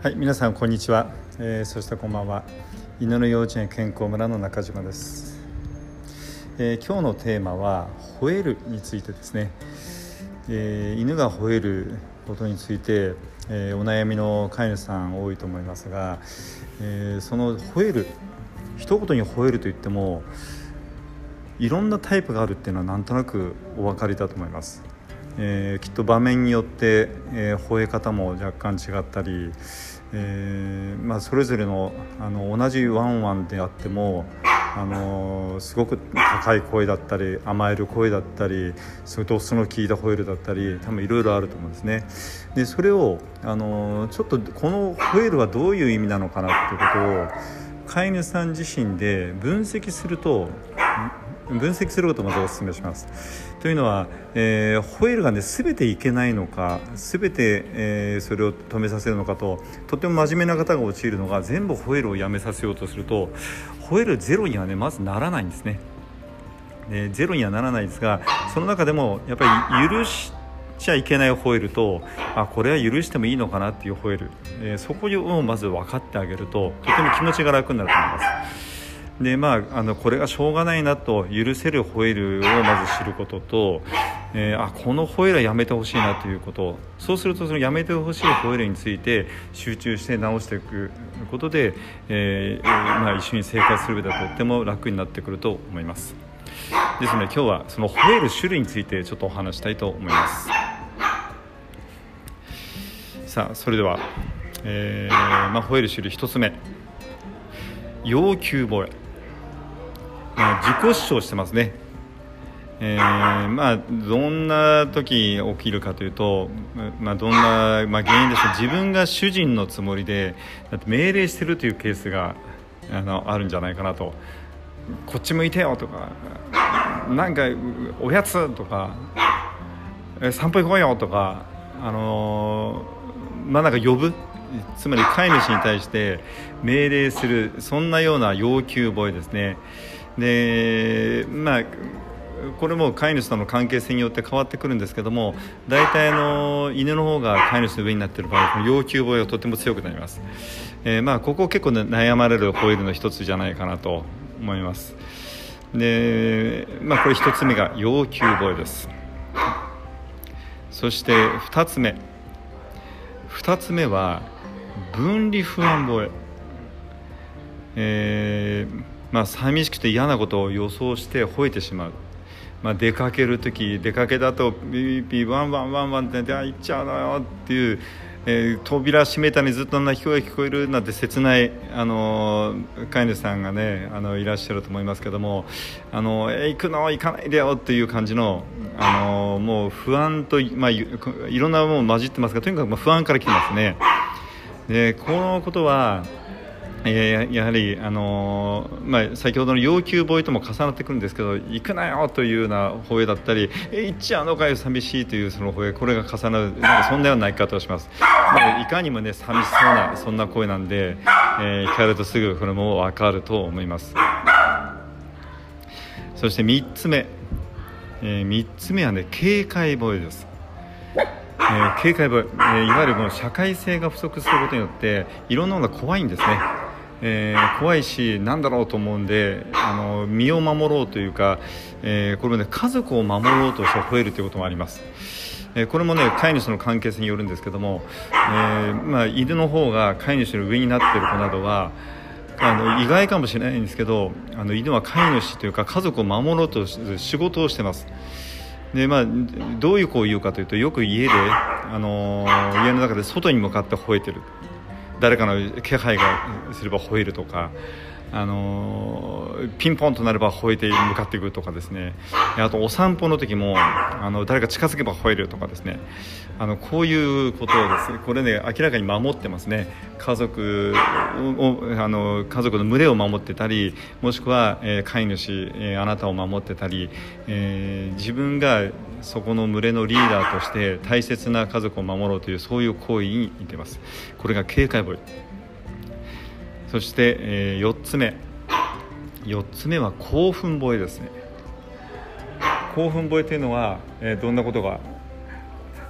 はい、皆さんこんにちは、そしてこんばんは。犬の幼稚園健康村の中島です。今日のテーマは吠えるについてですね。犬が吠えることについて、お悩みの飼い主さん多いと思いますが、その吠える、一言に吠えるといってもいろんなタイプがあるっていうのはなんとなくお分かりだと思います。きっと場面によって、吠え方も若干違ったり、それぞれの、同じワンワンであっても、すごく高い声だったり甘える声だったり、それとその聞いた吠えるだったり、多分いろいろあると思うんですね。でそれを、ちょっとこの吠えるはどういう意味なのかなっていうことを飼い主さん自身で分析することをまずお勧めします。というのは、吠えるがね全ていけないのか、全て、それを止めさせるのかと、とても真面目な方が陥るのが、全部吠えるをやめさせようとすると吠えるゼロにはねまずならないんですね。ゼロにはならないですが、その中でもやっぱり許しちゃいけない吠えると、これは許してもいいのかなっていう吠える、そこをまず分かってあげるととても気持ちが楽になると思います。でこれがしょうがないなと許せる吠えるをまず知ることと、この吠えるはやめてほしいなということ、そうするとそのやめてほしい吠えるについて集中して直していくことで、一緒に生活する上ではとっても楽になってくると思います。ですので今日はその吠える種類についてちょっとお話したいと思います。さあそれでは、吠える種類一つ目、要求吠え。自己主張してますね。どんな時起きるかというと、どんな、原因でしょう。自分が主人のつもりでだって命令してるというケースがあるんじゃないかなと。こっち向いてよとか、なんかおやつとか、散歩行こうよとか、なんか呼ぶ、つまり飼い主に対して命令する、そんなような要求吠えですね。でこれも飼い主との関係性によって変わってくるんですけども、大体犬の方が飼い主の上になっている場合、この要求吠えはとても強くなります。ここ結構、悩まれる吠えるの一つじゃないかなと思います。で、これ一つ目が要求吠えです。そして二つ目は分離不安吠え。寂しくて嫌なことを予想して吠えてしまう。出かけるとき、出かけだとビーピーワンワンワンワンって行っちゃうのよっていう、扉閉めたにずっと鳴き声が聞こえるなんて切ない飼い主さんがねいらっしゃると思いますけども、行くの行かないでよっていう感じの、もう不安と、いろんなもの混じってますが、とにかく不安から来てますね。でこのことはやはり、先ほどの要求吠えとも重なってくるんですけど、行くなよというような吠えだったり、行っちゃうのかよ寂しいというその吠え、これが重なる、そんなような鳴き方をします。いかにもね寂しそうなそんな声なんで、聞かれるとすぐこれも分かると思います。そして3つ目はね警戒吠えです。警戒吠え、いわゆるもう社会性が不足することによっていろんなものが怖いんですね。怖いし何だろうと思うんで、身を守ろうというか、これもね家族を守ろうとして吠えるということもあります。これもね飼い主の関係性によるんですけども、犬の方が飼い主の上になっている子などは意外かもしれないんですけど、犬は飼い主というか家族を守ろうとして仕事をしてます。でどういう子を言うかというと、よく家の中で外に向かって吠えてる、誰かの気配がすれば吠えるとか、ピンポンとなれば吠えて向かっていくとかですね。あとお散歩の時も誰か近づけば吠えるとかですね。こういうことをですね、これね明らかに守ってますね。家族の群れを守ってたり、もしくは、飼い主、あなたを守ってたり、自分がそこの群れのリーダーとして大切な家族を守ろうという、そういう行為に似ています。これが警戒吠え。そして、4つ目は興奮吠えですね。興奮吠えというのは、どんなことが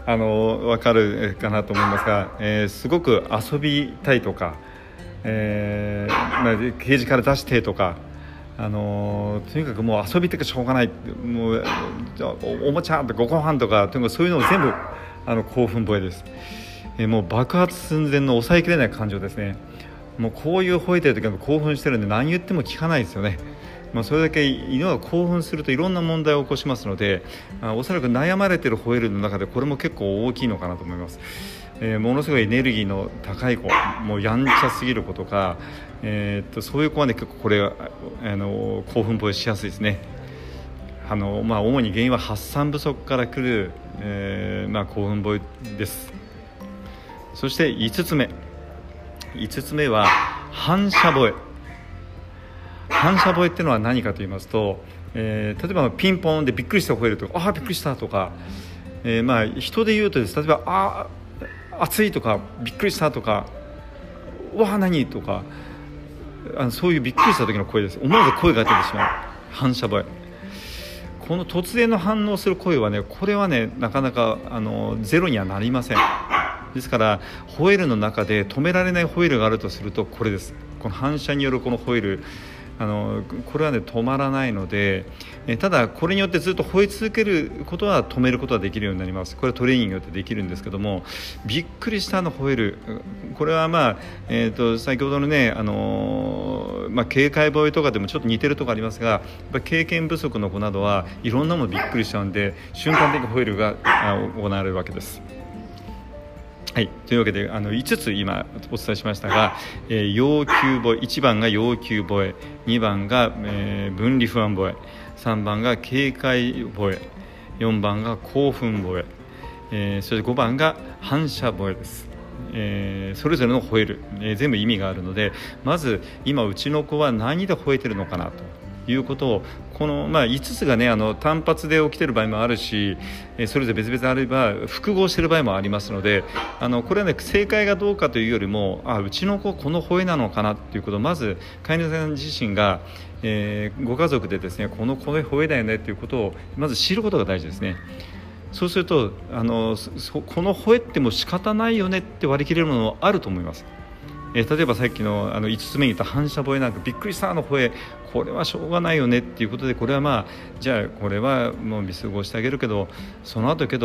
分かるかなと思いますが、すごく遊びたいとか、ケージから出してとか、とにかくもう遊びたくしょうがない、もうおもちゃとかご飯とか、とにかくそういうのを全部興奮吠えです。もう爆発寸前の抑えきれない感情ですね。もうこういう吠えてる時は興奮してるんで何言っても聞かないですよね。それだけ犬が興奮するといろんな問題を起こしますので、おそらく悩まれている吠えるの中でこれも結構大きいのかなと思います。ものすごいエネルギーの高い子、もうやんちゃすぎる子とか、そういう子はね結構これ興奮吠えしやすいですね。主に原因は発散不足から来る、興奮吠えです。そして5つ目は反射吠え。反射吠えっていうのは何かと言いますと、例えばピンポンでびっくりして吠えるとか、びっくりしたとか、人で言うとです、例えば暑いとかびっくりしたとか、何とか、そういうびっくりした時の声です。思わず声が出てしまう反射吠え。この突然の反応する声はね、これはねなかなかゼロにはなりません。ですから吠えるの中で止められない吠えるがあるとするとこれです。この反射によるこの吠える、これはね止まらないので、ただこれによってずっと吠え続けることは止めることはできるようになります。これはトレーニングによってできるんですけども、びっくりしたの吠える、これは先ほどのね、警戒吠えとかでもちょっと似てるところありますが、やっぱり経験不足の子などはいろんなものびっくりしちゃうんで、瞬間的吠えるが行われるわけです。はい、というわけで5つ今お伝えしましたが、要求吠え、1番が要求吠え、2番が、分離不安吠え、3番が警戒吠え、4番が興奮吠え、そして5番が反射吠えです。それぞれの吠える、全部意味があるので、まず今うちの子は何で吠えてるのかなということを、この、5つがね単発で起きている場合もあるし、それぞれ別々あれば複合している場合もありますので、これはね正解がどうかというよりも、うちの子この吠えなのかなということをまず飼い主さん自身が、ご家族でですね、この吠えだよねということをまず知ることが大事ですね。そうするとこの吠えっても仕方ないよねって割り切れるものもあると思います。例えばさっきの5つ目に言った反射吠えなんか、びっくりしたの吠え、これはしょうがないよねっていうことで、これはじゃあこれはもう見過ごしてあげるけど、その後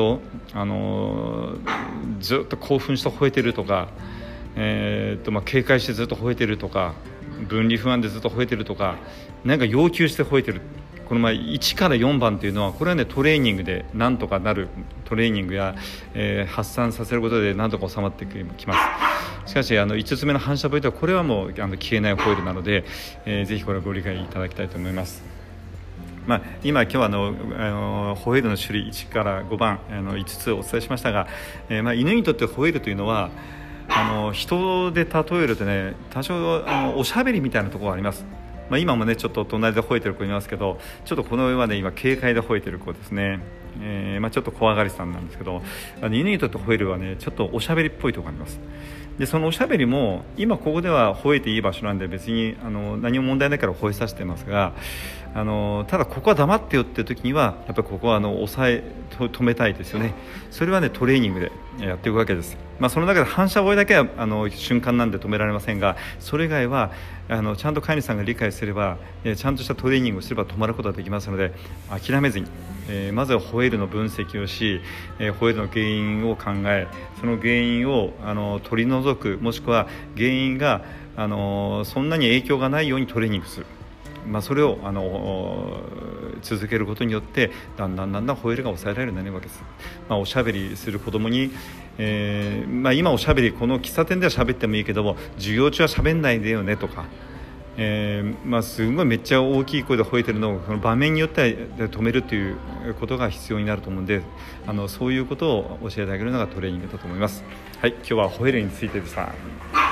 ずっと興奮して吠えてるとか、警戒してずっと吠えてるとか、分離不安でずっと吠えてるとか、なんか要求して吠えてる、この1から4番というのは、これはねトレーニングでなんとかなる、トレーニングや、発散させることでなんとか収まってきます。しかし5つ目の反射吠えはこれはもう消えない吠えるなので、ぜひこれをご理解いただきたいと思います。今日は吠えるの種類1から5番5つお伝えしましたが、犬にとって吠えるというのは人で例えるとね、多少おしゃべりみたいなところがあります。今もねちょっと隣で吠えてる子いますけど、ちょっとこの上はね今警戒で吠えてる子ですね。ちょっと怖がりさんなんですけど、犬にとって吠えるはねちょっとおしゃべりっぽいところがあります。でそのおしゃべりも今ここでは吠えていい場所なんで別に何も問題ないから吠えさせてますが、ただここは黙ってよっていう時にはやっぱりここは止めたいですよね。それはねトレーニングでやっていくわけです。その中で反射吠えだけは瞬間なんで止められませんが、それ以外はちゃんと飼い主さんが理解すれば、ちゃんとしたトレーニングをすれば止まることができますので、諦めずに、まずは吠えるの分析をし、吠えるの原因を考え、その原因を取り除く、もしくは原因がそんなに影響がないようにトレーニングする、それを続けることによってだんだん吠えるが抑えられるようになるわけです。おしゃべりする子供に、今おしゃべりこの喫茶店ではしゃべってもいいけども、授業中はしゃべんないでよねとか、すごいめっちゃ大きい声で吠えてるのをその場面によっては止めるということが必要になると思うので、そういうことを教えてあげるのがトレーニングだと思います。はい、今日は吠えるについてでした。